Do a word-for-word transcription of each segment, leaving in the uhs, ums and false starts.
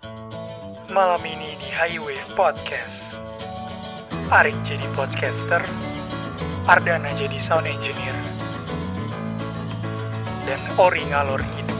Malam ini di Highway Podcast, Arik jadi podcaster, Ardana jadi sound engineer, dan Ori ngalor ngidul.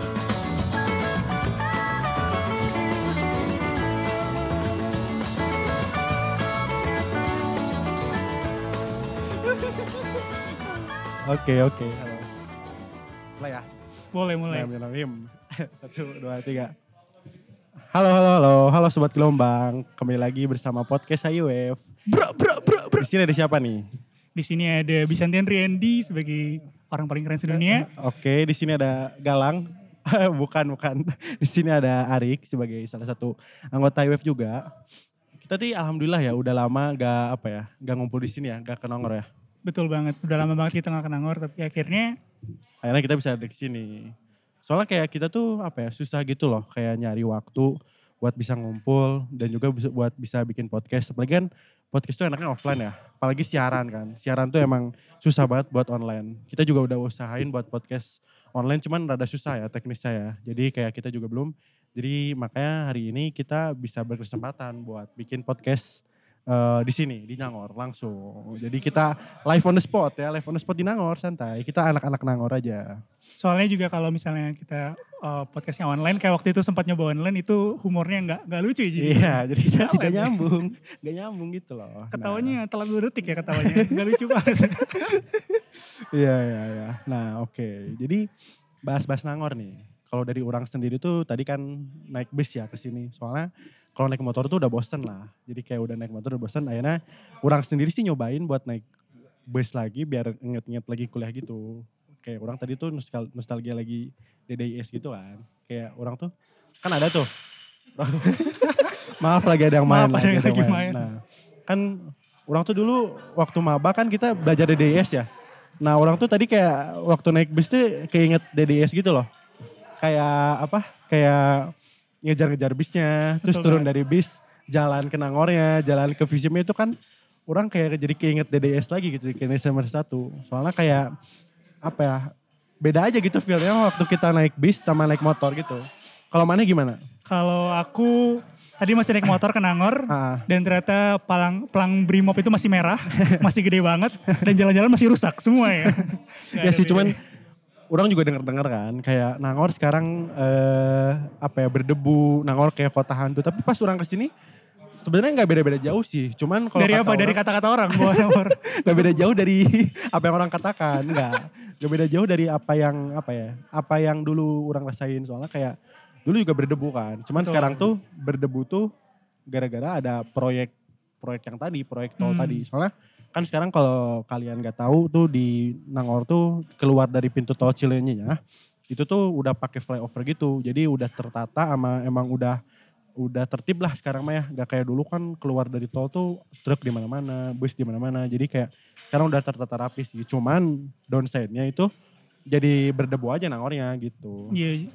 Oke oke, halo. Mulai ya? Boleh mulai. Bismillahirrahmanirrahim. Satu, dua, tiga. Halo, halo, halo, halo Sobat Gelombang. Kembali lagi bersama podcast Highwave. Bro, bro, bro, bro. Di sini ada siapa nih? Di sini ada Bisantian Riendi sebagai orang paling keren sedunia. Oke, di sini ada Galang. bukan, bukan. Di sini ada Arik sebagai salah satu anggota Highwave juga. Kita tuh alhamdulillah ya udah lama gak apa ya, gak ngumpul di sini ya, gak kenongor ya. Betul banget, udah lama banget kita gak ke Nangor, tapi akhirnya akhirnya kita bisa ada di sini. Soalnya kayak kita tuh apa ya, susah gitu loh, kayak nyari waktu buat bisa ngumpul dan juga bisa, buat bisa bikin podcast. Apalagi kan podcast tuh enaknya offline ya, apalagi siaran kan. Siaran tuh emang susah banget buat online. Kita juga udah usahain buat podcast online, cuman rada susah ya teknisnya ya. Jadi kayak kita juga belum, jadi makanya hari ini kita bisa berkesempatan buat bikin podcast Uh, di sini di Nangor langsung. Jadi kita live on the spot ya, live on the spot di Nangor, santai. Kita anak-anak Nangor aja. Soalnya juga kalau misalnya kita uh, podcastnya online, kayak waktu itu sempat nyoba online itu humornya nggak nggak lucu jadi. Iya, jadi kita tidak nyambung, nggak nyambung gitu loh. Ketawanya nah. telat dua detik ya ketawanya, nggak lucu banget. Iya iya iya. Nah oke, okay. Jadi bahas-bahas Nangor nih. Kalau dari orang sendiri tuh tadi kan naik bus ya ke sini. Soalnya kalau naik motor tuh udah bosen lah. Jadi kayak udah naik motor udah bosen. Akhirnya orang sendiri sih nyobain buat naik bus lagi biar inget-inget lagi kuliah gitu. Kayak orang tadi tuh nostal- nostalgia lagi D D I S gitu kan. Kayak orang tuh kan ada tuh. Maaf lagi ada yang main. Maaf ada yang lagi main. Nah kan orang tuh dulu waktu maba kan kita belajar D D I S ya. Nah orang tuh tadi kayak waktu naik bus tuh kayak inget D D I S gitu loh. Kayak apa, kayak ngejar-ngejar bisnya, terus Betul turun banget. dari bis, jalan ke Nangornya, jalan ke Visimnya itu kan orang kayak jadi keinget D D S lagi gitu, kayak semester satu. Soalnya kayak apa ya, beda aja gitu feelnya waktu kita naik bis sama naik motor gitu. Kalau mana gimana? Kalau aku tadi masih naik motor ke Nangor Ah. dan ternyata palang pelang Brimob itu masih merah, masih gede banget dan jalan-jalan masih rusak semua ya. Gak Ya ada sih bedanya. cuman orang juga denger-denger kan kayak Nangor sekarang eh, apa ya berdebu, Nangor kayak kota hantu. Tapi pas orang kesini sebenarnya nggak beda-beda jauh sih. Cuman kalau dari kata apa? orang, Dari kata-kata orang bahwa Nangor. gak beda jauh dari apa yang orang katakan, enggak. Gak beda jauh dari apa yang apa ya, apa yang dulu orang rasain. Soalnya kayak dulu juga berdebu kan. Cuman Betul. sekarang tuh berdebu tuh gara-gara ada proyek proyek yang tadi, proyek tol Hmm. tadi. Soalnya kan sekarang kalau kalian gak tahu tuh di Nangor tuh keluar dari pintu tol Cileunyi ya, itu tuh udah pakai flyover gitu. Jadi udah tertata sama emang udah udah tertib lah sekarang mah ya. Gak kayak dulu kan keluar dari tol tuh truk di mana-mana, bus di mana-mana. Jadi kayak sekarang udah tertata rapi sih. Cuman downside-nya itu jadi berdebu aja Nangornya gitu. Iya.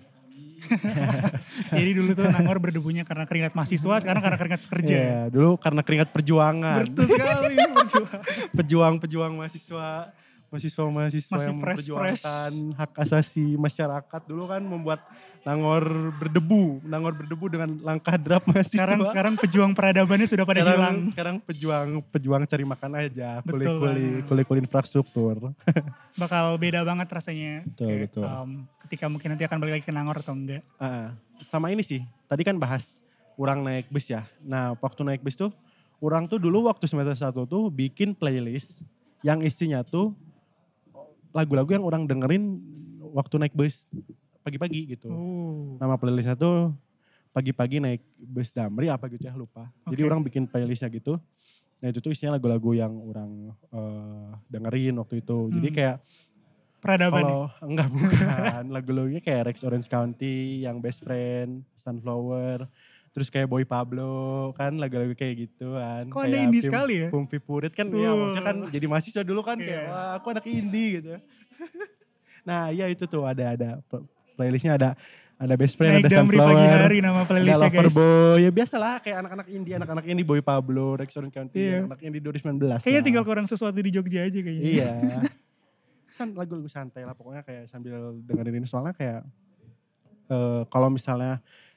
Jadi dulu tuh Nangor berdebunya karena keringat mahasiswa, sekarang karena keringat kerja. Iya, dulu karena keringat perjuangan. Betul sekali. Pejuang-pejuang mahasiswa, mahasiswa-mahasiswa Masih yang fresh, memperjuangkan hak asasi masyarakat. Dulu kan membuat Nangor berdebu, Nangor berdebu dengan langkah derap mahasiswa. Sekarang sekarang pejuang peradabannya sudah pada sekarang, hilang. sekarang pejuang pejuang cari makan aja, Betul kuli-kuli banget. kuli-kuli infrastruktur. Bakal beda banget rasanya. Betul, Kayak, betul. um, ketika mungkin nanti akan balik lagi ke Nangor atau enggak. Ah, sama ini sih, tadi kan bahas orang naik bus ya. Nah waktu naik bus tuh, orang tuh dulu waktu semester satu tuh bikin playlist yang isinya tuh lagu-lagu yang orang dengerin waktu naik bus pagi-pagi gitu. Oh. Nama playlistnya tuh pagi-pagi naik bus Damri apa gitu ya lupa. Jadi Oke. orang bikin playlistnya gitu. Nah itu tuh isinya lagu-lagu yang orang eh, dengerin waktu itu. Jadi Hmm. kayak Peradaban. kalau enggak bukan lagu-lagunya kayak Rex Orange County, yang Best Friend, Sunflower, terus kayak Boy Pablo kan lagu-lagu kayak gitu kan. Kok Anda kayak indie Pim- sekali ya? Pumpi Purit kan ya Uh. maksudnya kan jadi mahasiswa dulu kan kayak Iya. wah aku anak indie gitu. Nah iya itu tuh ada ada playlistnya ada ada Best Friend, Naik ada Damri Sunflower, pagi hari nama ada playlistnya guys. Loverboy, ya biasalah kayak anak-anak indie, anak-anak indie Boy Pablo, Rex Orange County, Iya. anak-anak indie dua ribu sembilan belas Kayaknya lah. tinggal kurang sesuatu di Jogja aja kayaknya. Iya. San, lagu-lagu santai lah pokoknya kayak sambil dengerin ini soalnya kayak eh, kalau misalnya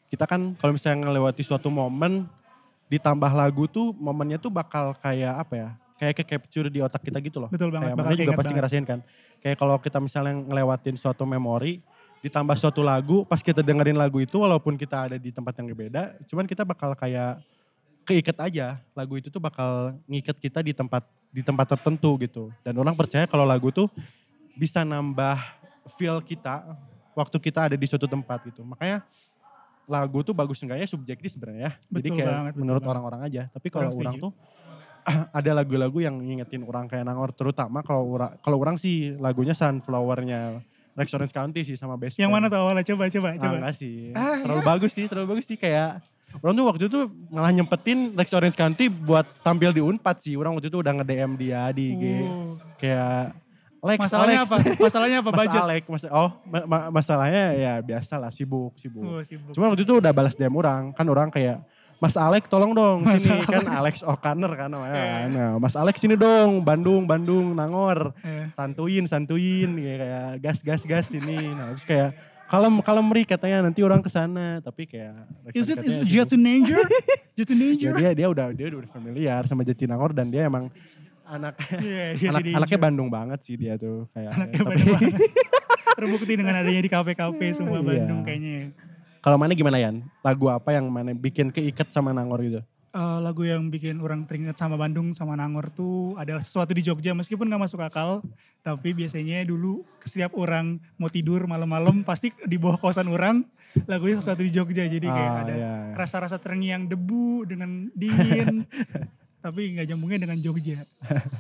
kita kan kalau misalnya ngelewati suatu momen ditambah lagu tuh momennya tuh bakal kayak apa ya? Kayak ke-capture di otak kita gitu loh. Betul banget, Kayak bakal mana juga keinget pasti banget. ngerasain kan. Kayak kalau kita misalnya ngelewatin suatu memori, ditambah suatu lagu, pas kita dengerin lagu itu walaupun kita ada di tempat yang berbeda, cuman kita bakal kayak keiket aja. Lagu itu tuh bakal ngiket kita di tempat di tempat tertentu gitu. Dan orang percaya kalau lagu tuh bisa nambah feel kita waktu kita ada di suatu tempat gitu. Makanya lagu tuh bagus enggaknya subjektif sebenarnya ya. Jadi Betul kayak banget, betul menurut banget. orang-orang aja. Tapi kalau Orang orang setuju. tuh ada lagu-lagu yang ngingetin orang kayak Nangor. Terutama kalau orang, kalau orang sih lagunya Sunflower-nya Rex Orange County sih sama Best Yang Friend. mana tuh awalnya? Coba, coba, Ah, coba. enggak sih. Ah, terlalu bagus sih, terlalu bagus sih kayak orang tuh waktu itu malah nyempetin Rex Orange County buat tampil di Unpad sih. Orang waktu itu udah nge-D M dia di I G. Uh. Kayak Alex, Masalahnya Alex. apa? Masalahnya apa? Mas Budget? Alex, mas, oh ma- ma- masalahnya ya biasa lah sibuk, sibuk. Oh, sibuk. Cuma waktu itu udah balas D M orang, kan orang kayak Mas Alex tolong dong Mas sini Alex. kan Alex O'Connor kan namanya. Iya. kan. Nah, Mas Alex sini dong Bandung, Bandung, Nangor. Eh. Santuin, santuin kayak, kayak gas, gas, gas sini. Nah terus kayak kalem, kalem Ri katanya nanti orang kesana. Tapi kayak. Is it, katanya is it sibuk. Jatunanger? Ya, Jatunanger? dia, dia udah dia udah familiar sama Jatinangor dan dia emang anak Iya, anak Jatunanger. anaknya Bandung banget sih dia tuh kayak. Anaknya tapi- Bandung banget. Terbukti dengan adanya di kafe-kafe semua Iya. Bandung kayaknya. Kalau mana gimana Yan? Lagu apa yang mana bikin keiket sama Nangor gitu? Eh, lagu yang bikin orang teringat sama Bandung sama Nangor tuh adalah sesuatu di Jogja meskipun gak masuk akal, tapi biasanya dulu setiap orang mau tidur malam-malam pasti di bawah kosan orang lagunya sesuatu di Jogja, jadi kayak Ah, ada iya, iya. rasa-rasa terngiang debu dengan dingin tapi nggak nyambungnya dengan Jogja.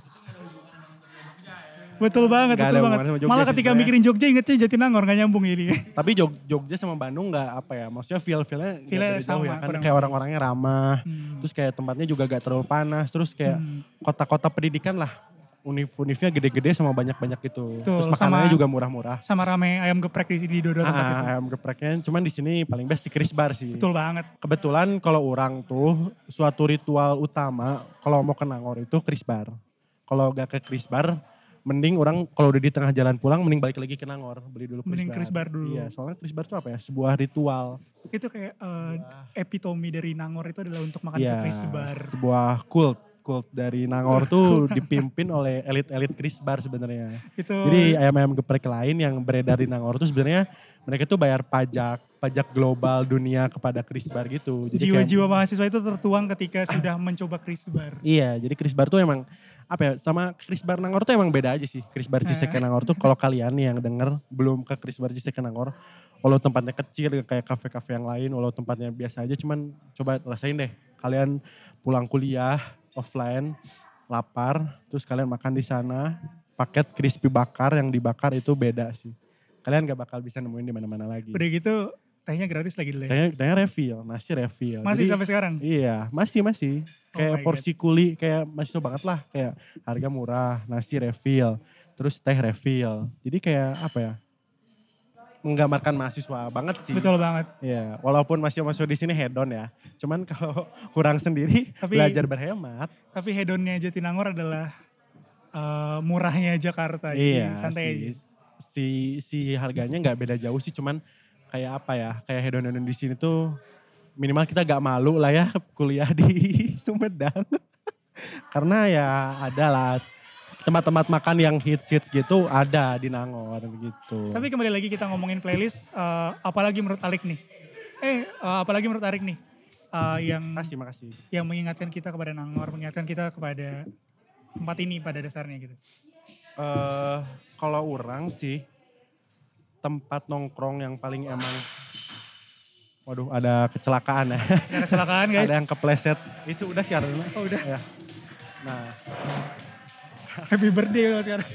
Betul banget, Nggak betul ada banget. hubungannya sama Jogja Malah sih ketika sebenarnya. mikirin Jogja ingetnya Jatinangor, gak nyambung ini. Tapi Jog, Jogja sama Bandung gak apa ya, maksudnya feel-feelnya gak Feel-nya beda jauh sama, ya. Kan kurang kayak lebih. orang-orangnya ramah, Hmm. terus kayak tempatnya juga gak terlalu panas, terus kayak Hmm. kota-kota pendidikan lah. Univ-univnya gede-gede sama banyak-banyak gitu. Betul, Terus makanannya sama- juga murah-murah. Sama rame ayam geprek di, di Dodo tempat itu. Ah, ayam gepreknya, cuman di sini paling best di Chris Bar sih. Betul banget. Kebetulan kalau orang tuh suatu ritual utama kalau mau ke Nangor itu Chris Bar. Kalau gak ke Chris Bar, mending orang kalau udah di tengah jalan pulang mending balik lagi ke Nangor, beli dulu Chris Mending Bar. Chris Bar dulu. Iya, soalnya Chris Bar tuh apa ya? Sebuah ritual. Itu kayak eh, epitomi dari Nangor itu adalah untuk makan Iya, ke Chris Bar. sebuah kult. Kult dari Nangor tuh dipimpin oleh elit-elit Chris Bar sebenarnya. Itu Jadi ayam-ayam geprek lain yang beredar di Nangor tuh sebenarnya mereka tuh bayar pajak, pajak global dunia kepada Chris Bar gitu. Jadi kayak- jiwa-jiwa mahasiswa itu tertuang ketika sudah mencoba Chris Bar. Iya, jadi Chris Bar tuh emang apa ya, sama Chris Bar Nangor tuh emang beda aja sih. Chris Bar Ciseke Nangor tuh kalau kalian nih yang denger belum ke Chris Bar Ciseke Nangor, walau tempatnya kecil kayak kafe-kafe yang lain, walau tempatnya biasa aja, cuman coba rasain deh. Kalian pulang kuliah offline, lapar, terus kalian makan di sana, paket crispy bakar yang dibakar itu beda sih. Kalian gak bakal bisa nemuin di mana-mana lagi. Udah gitu tehnya gratis lagi dulu ya. Tehnya, tehnya refill, nasi refill. Masih Jadi- sampai sekarang? Iya, masih masih. Oh Kayak my porsi kuli, kayak masih banget lah. Kayak harga murah, nasi refill, terus teh refill. Jadi kayak apa ya? Menggambarkan mahasiswa banget sih. Betul banget. Iya, walaupun masih masuk di sini hedon ya. Cuman kalau kurang sendiri Tapi- belajar berhemat. Tapi hedonnya Jatinangor adalah eh, murahnya Jakarta. Iya, Jadi santai aja. si, si si harganya nggak beda jauh sih, cuman kayak apa ya? Kayak hedon-hedon di sini tuh minimal kita gak malu lah ya kuliah di Sumedang. Karena ya ada lah tempat-tempat makan yang hits-hits gitu ada di Nangor gitu. Tapi kembali lagi kita ngomongin playlist, eh, apalagi menurut Alik nih? Eh, eh, apalagi menurut Arik nih? eh, yang makasih, makasih. yang mengingatkan kita kepada Nangor, mengingatkan kita kepada tempat ini pada dasarnya gitu. Eh kalau orang sih tempat nongkrong yang paling emang, waduh ada kecelakaan ya. Ada kecelakaan guys. Ada yang kepleset. Itu udah siarannya. Oh udah. Ya. Nah, Happy birthday loh sekarang.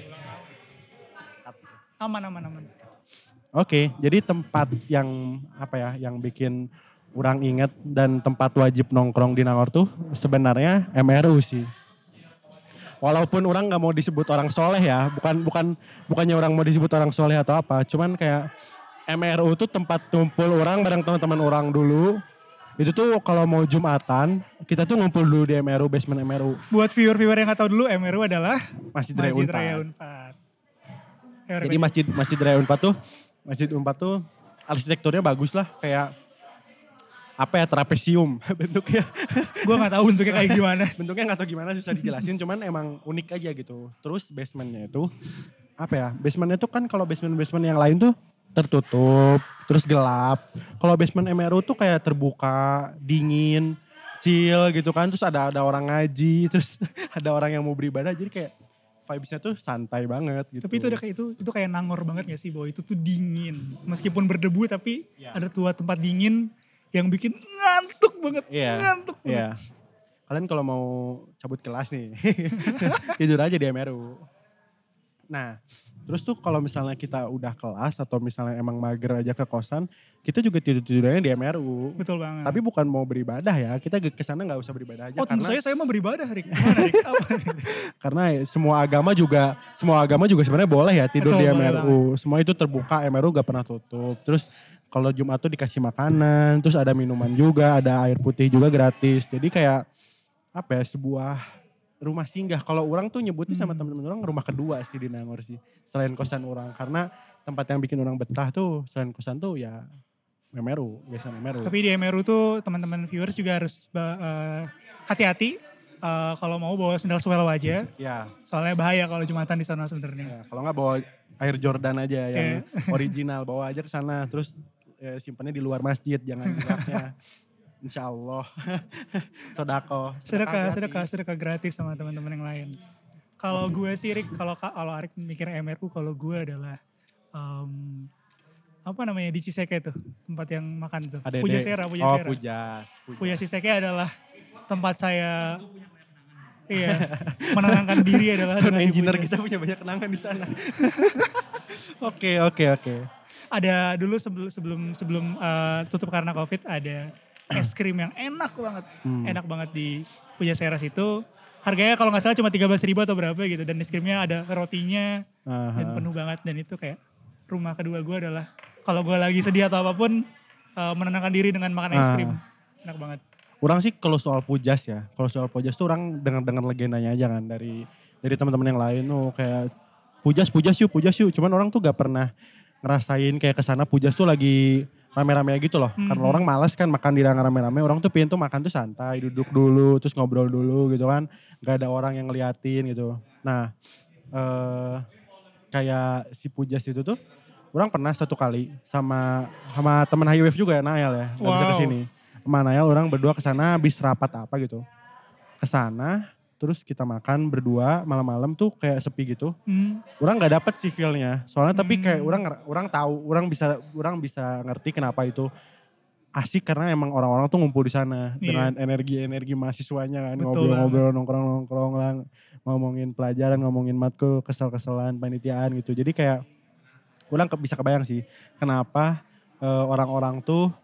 Aman, aman, aman. oke, jadi tempat yang apa ya, yang bikin orang inget dan tempat wajib nongkrong di Nangor tuh sebenarnya M R U sih. Walaupun orang nggak mau disebut orang soleh ya, bukan bukan bukannya orang mau disebut orang soleh atau apa, cuman kayak M R U tuh tempat kumpul orang bareng teman-teman orang dulu. Itu tuh kalau mau Jumatan, kita tuh ngumpul dulu di M R U, basement M R U. Buat viewer-viewer yang gak tahu dulu, M R U adalah Masjid Raya Masjid Unpad. Raya Unpad. Eh, Jadi masjid Masjid Raya Unpad tuh, Masjid Unpad tuh arsitekturnya bagus lah, kayak apa ya trapesium bentuknya. Gue gak tahu bentuknya kayak gimana. Bentuknya gak tahu gimana susah dijelasin cuman emang unik aja gitu. Terus basementnya itu apa ya basementnya itu kan kalau basement-basement yang lain tuh tertutup terus gelap. Kalau basement M R U tuh kayak terbuka, dingin, chill gitu kan. Terus ada ada orang ngaji, terus ada orang yang mau beribadah jadi kayak vibes-nya tuh santai banget gitu. Tapi itu udah kayak itu itu kayak Nangor banget gak sih bahwa itu tuh dingin. Meskipun berdebu tapi ya. Ada tua tempat dingin yang bikin ngantuk banget. Iya. Ngantuk banget. Iya. Kalian kalau mau cabut kelas nih, tidur aja di M R U. Nah, terus tuh kalau misalnya kita udah kelas atau misalnya emang mager aja ke kosan, kita juga tidur-tidurnya di M R U. Betul banget. Tapi bukan mau beribadah ya, kita ke sana gak usah beribadah aja. Oh tentu karena, saja saya mau beribadah Rik. Gimana Rik? Apa? Karena semua agama juga, semua agama juga sebenarnya boleh ya tidur Betul, di M R U. boleh. Semua itu terbuka, M R U gak pernah tutup. Terus kalau Jumat tuh dikasih makanan, terus ada minuman juga, ada air putih juga gratis. Jadi kayak apa ya, sebuah rumah singgah. Kalau orang tuh nyebutnya sama Hmm. teman-teman orang rumah kedua sih di Nangor sih. Selain kosan orang. Karena tempat yang bikin orang betah tuh selain kosan tuh ya M R U, biasa M R U. Tapi di M R U tuh teman-teman viewers juga harus ba- eh, hati-hati eh, kalau mau bawa sendal swell aja. Ya, Soalnya bahaya kalau Jumatan di sana sebenarnya. ya, kalau nggak bawa air Jordan aja yang Iya. original, bawa aja ke sana. Terus eh, simpannya di luar masjid, jangan di dalamnya. Insya Allah. Sodako. Sedekah, gratis. sedekah, sedekah gratis sama teman-teman yang lain. Kalau gue sih Rik, kalau kalau Arik mikir M R U, kalau gue adalah em, apa namanya di Ciseke tuh, tempat yang makan tuh. A D D. Pujasera, Oh, Pujasera. Pujas. Pujas. Puja Ciseke adalah tempat saya iya, menenangkan diri adalah Sound dengan di engineer Pujas. kita punya banyak kenangan di sana. Oke, oke, oke. Ada dulu sebelum sebelum sebelum eh, tutup karena Covid ada es krim yang enak banget. Hmm. Enak banget di Pujasera situ. Harganya kalau nggak salah cuma tiga belas ribu atau berapa gitu. Dan es krimnya ada rotinya dan Aha. penuh banget. Dan itu kayak rumah kedua gue adalah kalau gue lagi sedih atau apapun eh, menenangkan diri dengan makan es Ah. krim. Enak banget. Orang sih kalau soal Pujas ya, kalau soal Pujas tuh orang dengar-dengar legendanya aja kan dari dari teman-teman yang lain. Oh kayak Pujas, Pujas yuk, Pujas yuk. Cuman orang tuh gak pernah ngerasain kayak kesana Pujas tuh lagi rame-rame gitu loh. Hmm. Karena orang malas kan makan di rame-rame. Orang tuh pengen tuh makan tuh santai, duduk dulu, terus ngobrol dulu gitu kan. Gak ada orang yang ngeliatin gitu. Nah eh kayak si Pujas itu tuh, orang pernah satu kali sama sama teman High Wave juga, Nael ya, nggak bisa Wow. kesini. Sama Nael orang berdua kesana habis rapat apa gitu. Kesana terus kita makan berdua malam-malam tuh kayak sepi gitu. Hmm. Orang nggak dapet sih feel-nya. Soalnya tapi kayak Hmm. orang orang tahu, orang bisa orang bisa ngerti kenapa itu asik karena emang orang-orang tuh ngumpul di sana Iya. dengan energi-energi mahasiswanya kan, Betul ngobrol-ngobrol, nongkrong-nongkrong lah, ngomongin pelajaran, ngomongin matkul, kesel-keselan, panitiaan gitu. Jadi kayak orang ke- bisa kebayang sih kenapa eh, orang-orang tuh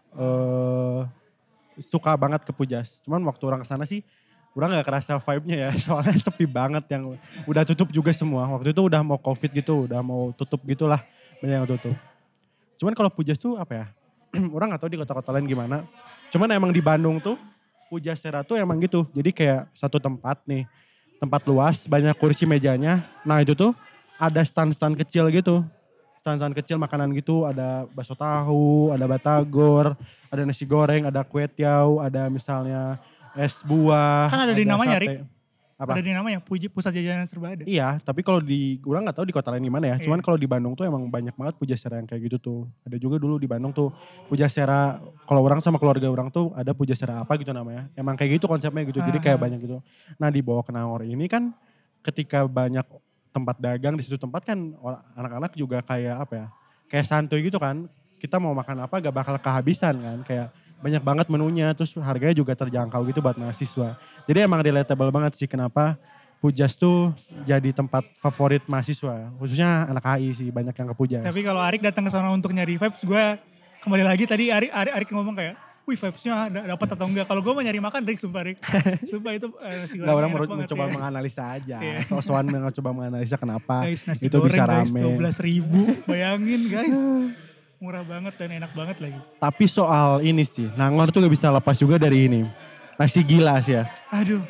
eh, suka banget ke Pujas. Cuman waktu orang kesana sih orang gak kerasa vibe-nya ya, soalnya sepi banget yang udah tutup juga semua. Waktu itu udah mau Covid gitu, udah mau tutup gitulah, banyak yang tutup. Cuman kalau Pujas tuh apa ya, orang gak tahu di kota-kota lain gimana. Cuman emang di Bandung tuh, Pujasera tuh emang gitu. Jadi kayak satu tempat nih, tempat luas, banyak kursi mejanya. Nah itu tuh ada stand-stand kecil gitu. Stand-stand kecil makanan gitu, ada bakso tahu, ada batagor, ada nasi goreng, ada kue tiaw, ada misalnya es buah. Kan ada di namanya, sate. Apa? Ada di namanya Puji Pusat Jajanan Serba ada. Iya, tapi kalau di, orang gak tahu di kota lain gimana ya. Iya. Cuman kalau di Bandung tuh emang banyak banget Pujasera yang kayak gitu tuh. Ada juga dulu di Bandung tuh Pujasera, kalau orang sama keluarga orang tuh ada Pujasera apa gitu namanya. Emang kayak gitu konsepnya gitu, jadi kayak Aha. banyak gitu. Nah di bawah ke Nangor ini kan ketika banyak tempat dagang di situ tempat kan or- anak-anak juga kayak apa ya, kayak santuy gitu kan. Kita mau makan apa gak bakal kehabisan kan, kayak banyak banget menunya, terus harganya juga terjangkau gitu buat mahasiswa. Jadi emang relatable banget sih kenapa Pujas tuh jadi tempat favorit mahasiswa, khususnya anak H I sih banyak yang ke Pujas. Tapi kalau Arik datang ke sana untuk nyari vibes, gue kembali lagi tadi Arik Arik, Arik ngomong kayak, wih vibesnya da- dapat atau enggak? Kalau gue mau nyari makan, Rik, sumpah Rik, sumpah itu eh, nasi Nggak, orang enak menurut banget mencoba ya. menganalisa aja, Iya. sosokan mencoba menganalisa kenapa Guys, nasi itu goreng bisa guys, rame. dua belas ribu, bayangin guys, murah banget dan enak banget lagi. Tapi soal ini sih, Nangor tuh gak bisa lepas juga dari ini, nasi gila sih ya. Aduh,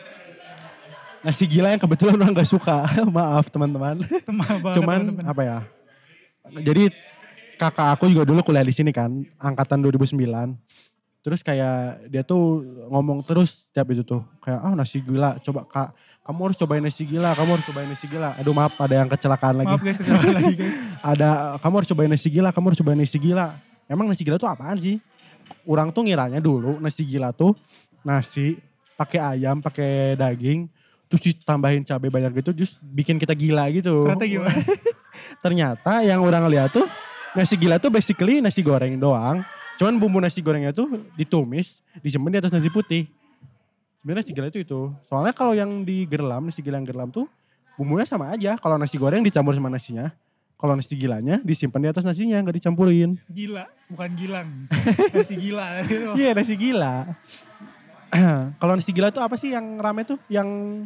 Nasi gila yang kebetulan orang gak suka, maaf teman-teman. temah banget Cuman teman-teman. apa ya, jadi kakak aku juga dulu kuliah di sini kan, angkatan dua ribu sembilan. Terus kayak dia tuh ngomong terus setiap itu tuh. Kayak ah nasi gila coba kak. Kamu harus cobain nasi gila, kamu harus cobain nasi gila. Aduh maaf ada yang kecelakaan lagi. Maaf guys, kecelakaan lagi guys. Ada kamu harus cobain nasi gila, kamu harus cobain nasi gila. Emang nasi gila tuh apaan sih? Orang tuh ngiranya dulu nasi gila tuh nasi pakai ayam, pakai daging, terus ditambahin cabai banyak gitu, terus bikin kita gila gitu. Ternyata gimana? Ternyata yang orang lihat tuh nasi gila tuh basically nasi goreng doang. Cuman bumbu nasi gorengnya tuh ditumis, disimpan di atas nasi putih. Sebenarnya nasi gila itu itu. Soalnya kalau yang di gerlam, nasi gila yang gerlam tuh bumbunya sama aja. Kalau nasi goreng dicampur sama nasinya. Kalau nasi gilanya disimpan di atas nasinya, nggak dicampurin. Gila, bukan gilang. Nasi gila. Iya yeah, nasi gila. Kalau nasi gila tuh apa sih yang rame tuh? Yang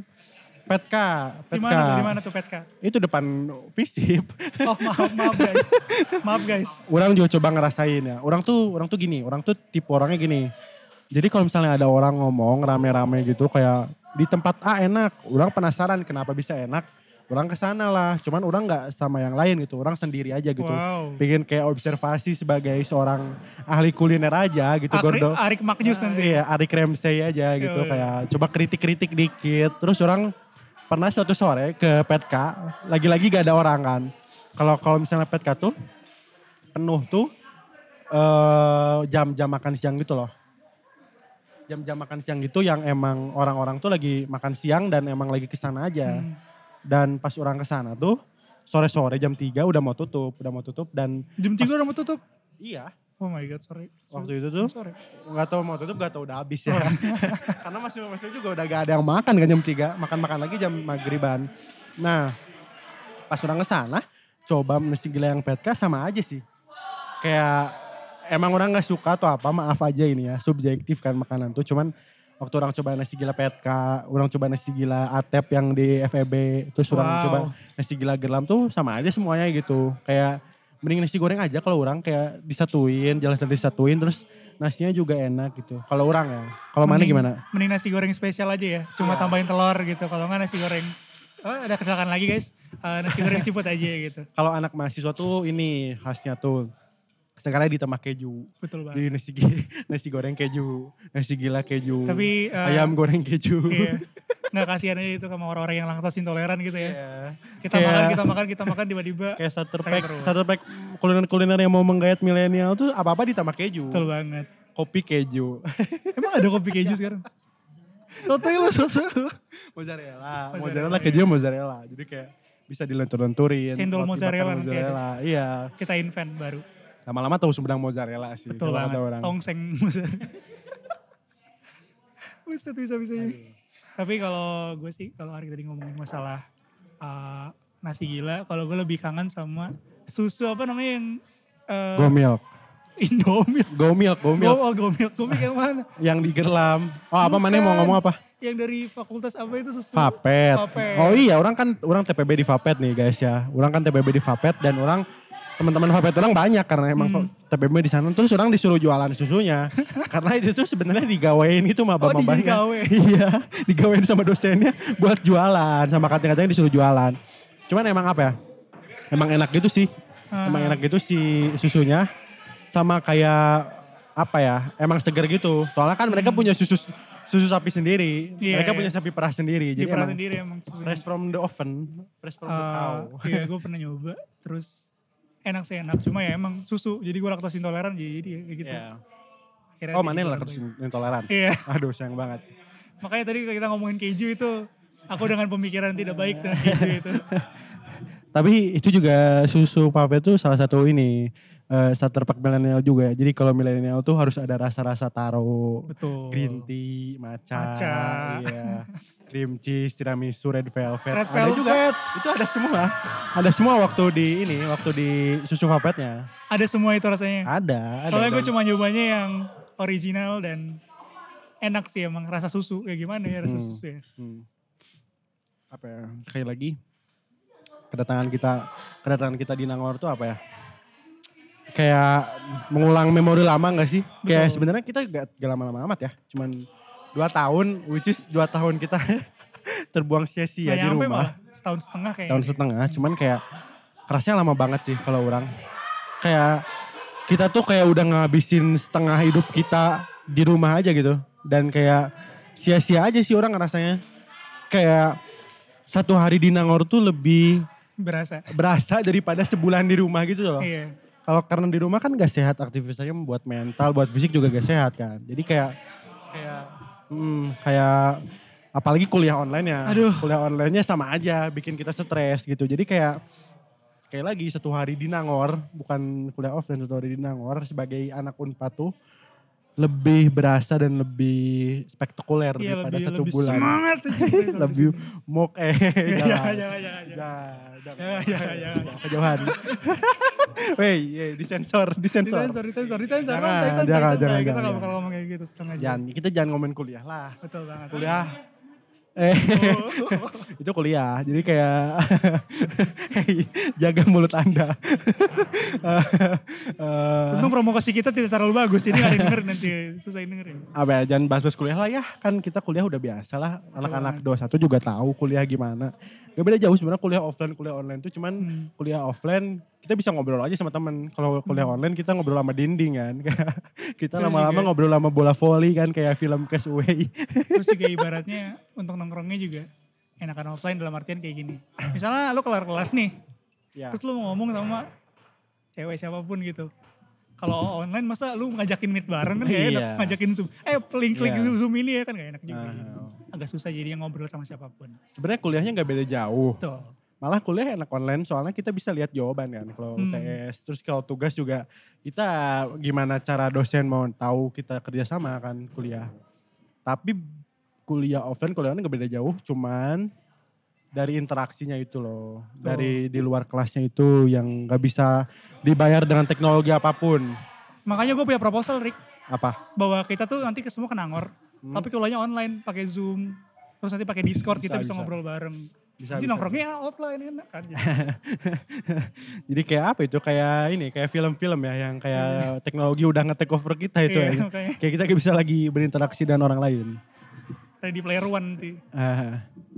Petka. Di mana tuh? Di mana tuh Petka? Itu depan Visip. Oh maaf, maaf guys. Maaf guys. Orang juga coba ngerasain ya. Orang tuh, orang tuh gini. Orang tuh tipe orangnya gini. Jadi kalau misalnya ada orang ngomong rame-rame gitu kayak di tempat A enak. Orang penasaran kenapa bisa enak. Orang kesana lah. Cuman orang gak sama yang lain gitu. Orang sendiri aja gitu. Wow. Pengen kayak observasi sebagai seorang ahli kuliner aja gitu. Arik, Gordo. Arik Maknyus Ah, nanti. Iya, Arik Ramsey aja gitu. Iya, iya. Kayak coba kritik-kritik dikit. Terus orang pernah suatu sore ke Petka. Lagi-lagi gak ada orang kan. Kalau kalau misalnya Petka tuh penuh tuh eh, jam-jam makan siang gitu loh. Jam-jam makan siang gitu yang emang orang-orang tuh lagi makan siang dan emang lagi kesana aja. Hmm. Dan pas orang kesana tuh sore-sore jam tiga udah mau tutup. Udah mau tutup dan Jam tiga udah mau tutup. iya Oh my god, sorry. waktu itu tuh Sorry. gak tahu mau tutup gak tahu udah habis Oh. ya. Karena masih-masih juga udah gak ada yang makan kan jam tiga. Makan-makan lagi jam maghriban. Nah pas orang kesana coba nasi gila yang Petka sama aja sih. Kayak emang orang gak suka atau apa maaf aja ini ya. Subjektif kan makanan tuh. Cuman waktu orang coba nasi gila Petka, orang coba nasi gila Atep yang di F E B, terus orang Wow. coba nasi gila Gerlam tuh sama aja semuanya gitu. Kayak mending nasi goreng aja kalau orang kayak disatuin, jelas-jelas disatuin terus nasinya juga enak gitu. Kalau orang ya. Kalau mana Mending- gimana? Mending nasi goreng spesial aja ya. Cuma Iya. tambahin telur gitu. Kalau enggak nasi goreng. Oh ada kecelakaan lagi guys. Eh, nasi goreng seafood aja gitu. Kalau anak mahasiswa tuh ini khasnya tuh sekali ditambah keju. Betul banget. Jadi nasi gi- nasi goreng keju, nasi gila keju, Tapi eh, ayam goreng keju. iya. Nggak kasihan aja itu sama orang-orang yang laktos intoleran gitu ya. Iya. Kita Kayak- makan, kita makan, kita makan tiba-tiba. Kayak starter Sakit pack, perut. starter pack kuliner-kuliner yang mau menggayat milenial tuh apa-apa ditambah keju. Betul banget. Kopi keju. Emang ada kopi keju sekarang? Sotoy lu, sotoy lu. mozzarella, Mozzarella, mozzarella iya. keju mozzarella. Jadi kayak bisa dilentur-lenturin. Cendol roti mozzarella bakar nanti mozzarella. Iya. Kita invent baru. Lama-lama tahu Sumedang mozzarella sih. Betul kalau banget. kata orang. Tongseng mozzarella. Buset bisa-bisanya. Tapi kalau gue sih, kalau Arik tadi ngomongin masalah uh, nasi gila, kalau gue lebih kangen sama susu apa namanya yang uh, Go milk. Indomie. Go milk, go Go, milk. oh, go milk, go milk yang mana? Yang di Gerlam. Oh apa mana mau Bukan. ngomong apa? Yang dari fakultas apa itu susu? Vapet. Vapet. Oh iya, orang kan orang T P B di Vapet nih guys ya. Orang kan T P B di Vapet dan orang teman-teman Vapet orang banyak karena emang Hmm. T P B di sana. Terus orang disuruh jualan susunya. Karena itu tuh sebenarnya digawain itu Oh, maba-mabanya. digawe. Iya, digawain sama dosennya buat jualan. Sama kating-katingnya disuruh jualan. Cuman emang apa ya? Emang enak gitu sih. Emang Ah. enak gitu si susunya. Sama kayak apa ya? Emang seger gitu. Soalnya kan mereka punya susu susu sapi sendiri. Hmm. Iya, mereka iya. punya sapi perah sendiri. Jadi Diperah emang sendiri emang susunya. fresh from the oven, fresh from the cow. Uh, iya gue pernah nyoba, terus enak sih enak. Cuma ya emang susu, jadi gue laktos intoleran jadi jadi kayak gitu. Iya. Akhirnya Oh jadi mana kurang lah laktos baik. intoleran? Iya, Aduh sayang banget. makanya tadi kita ngomongin keju itu, aku dengan pemikiran tidak baik dengan keju itu. Tapi itu juga susu Vapet tuh salah satu ini eh, starter pack milenial juga. Jadi kalau milenial tuh harus ada rasa-rasa taro, Betul. green tea, matcha, Matcha. iya, cream cheese, tiramisu, red velvet. Red Ada juga. velvet. Itu ada semua. Ada semua waktu di ini, waktu di susu Vapetnya. Ada semua itu rasanya. Ada, ada. Soalnya gue Dan- cuma nyobanya yang original dan enak sih emang rasa susu. Ya gimana ya rasa Hmm. susu ya. Hmm. Apa ya? Sekali lagi kedatangan kita kedatangan kita di Nangor tuh apa ya? Kayak mengulang memori lama gak sih? Kayak Betul. sebenarnya kita gak, gak lama-lama amat ya. Cuman dua tahun, which is dua tahun kita terbuang sia-sia Nggak di nyampe rumah. malah, setahun setengah kayaknya. Tahun setengah, cuman kayak kerasnya lama banget sih kalau orang. Kayak kita tuh kayak udah ngabisin setengah hidup kita di rumah aja gitu. Dan kayak sia-sia aja sih orang ngerasanya. Kayak satu hari di Nangor tuh lebih Berasa. berasa daripada sebulan di rumah gitu loh. Iya. Kalau karena di rumah kan gak sehat aktivitasnya buat mental, buat fisik juga gak sehat kan. Jadi kayak kayak hmm, kayak apalagi kuliah online ya. Aduh. Kuliah online-nya sama aja bikin kita stres gitu. Jadi kayak sekali lagi satu hari di Nangor, bukan kuliah offline, satu hari di Nangor sebagai anak Unpad tuh lebih berasa dan lebih spektakuler Iya, daripada lebih, satu lebih bulan. semangat. Lebih mok eh Jangan, jangan. jangan, jangan. Jangan, jangan, Jangan, jangan, jangan. kejauhan. Wey, eh, disensor, disensor. Disensor, disensor, disensor. Jangan, Santai, santai, jangan, santai. jangan, Kita jangan, gak bakal jangan. ngomong kayak gitu. Tenang aja. Jangan, kita jangan ngomongin kuliah lah. Betul banget. Kuliah. Eh, Oh. itu kuliah. Jadi kayak hey, jaga mulut Anda. Eh, Untung promosi kita tidak terlalu bagus, jadi gak ada yang dengerin nanti. Susah yang dengerin. apa ya, jangan bahas-bahas kuliah lah ya. Kan kita kuliah udah biasa lah. Anak-anak dua puluh satu juga tahu kuliah gimana. Gak beda jauh sebenarnya kuliah offline, kuliah online tuh cuman Hmm. kuliah offline kita bisa ngobrol aja sama temen. Kalau kuliah online kita ngobrol sama dinding kan. Kita Terus lama-lama juga- ngobrol sama bola voli kan kayak film Castaway. Terus juga ibaratnya untuk nongkrongnya juga enakan offline dalam artian kayak gini. Misalnya lu kelar kelas nih, Ya. terus lu mau ngomong sama cewek siapapun gitu. Kalau online masa lu ngajakin meet bareng kan gak enak, Iya. ngajakin Zoom. Eh link-link Iya. Zoom ini ya kan gak enak juga. Ah, Agak susah jadi ngobrol sama siapapun. sebenarnya kuliahnya nggak beda jauh. Tuh. Malah kuliah enak online soalnya kita bisa lihat jawaban kan kalau Hmm. U T S. Terus kalau tugas juga kita gimana cara dosen mau tahu kita kerjasama kan kuliah. Tapi kuliah offline, kuliah online gak beda jauh, cuman dari interaksinya itu loh. Dari di luar kelasnya itu yang gak bisa dibayar dengan teknologi apapun. Makanya gue punya proposal Rick, Apa? bahwa kita tuh nanti ke semua ke Nangor, Hmm. tapi kuliahnya online pakai Zoom, terus nanti pakai Discord kita Bisa, bisa, bisa. ngobrol bareng. Bisa, Jadi bisa, nongkrongnya ya offline enak kan. Jadi kayak apa itu? Kayak ini, kayak film-film ya yang kayak teknologi udah nge-take over kita itu Iya, ya. makanya. Kayak kita bisa lagi berinteraksi dengan orang lain. Ready Player One nanti. Ah,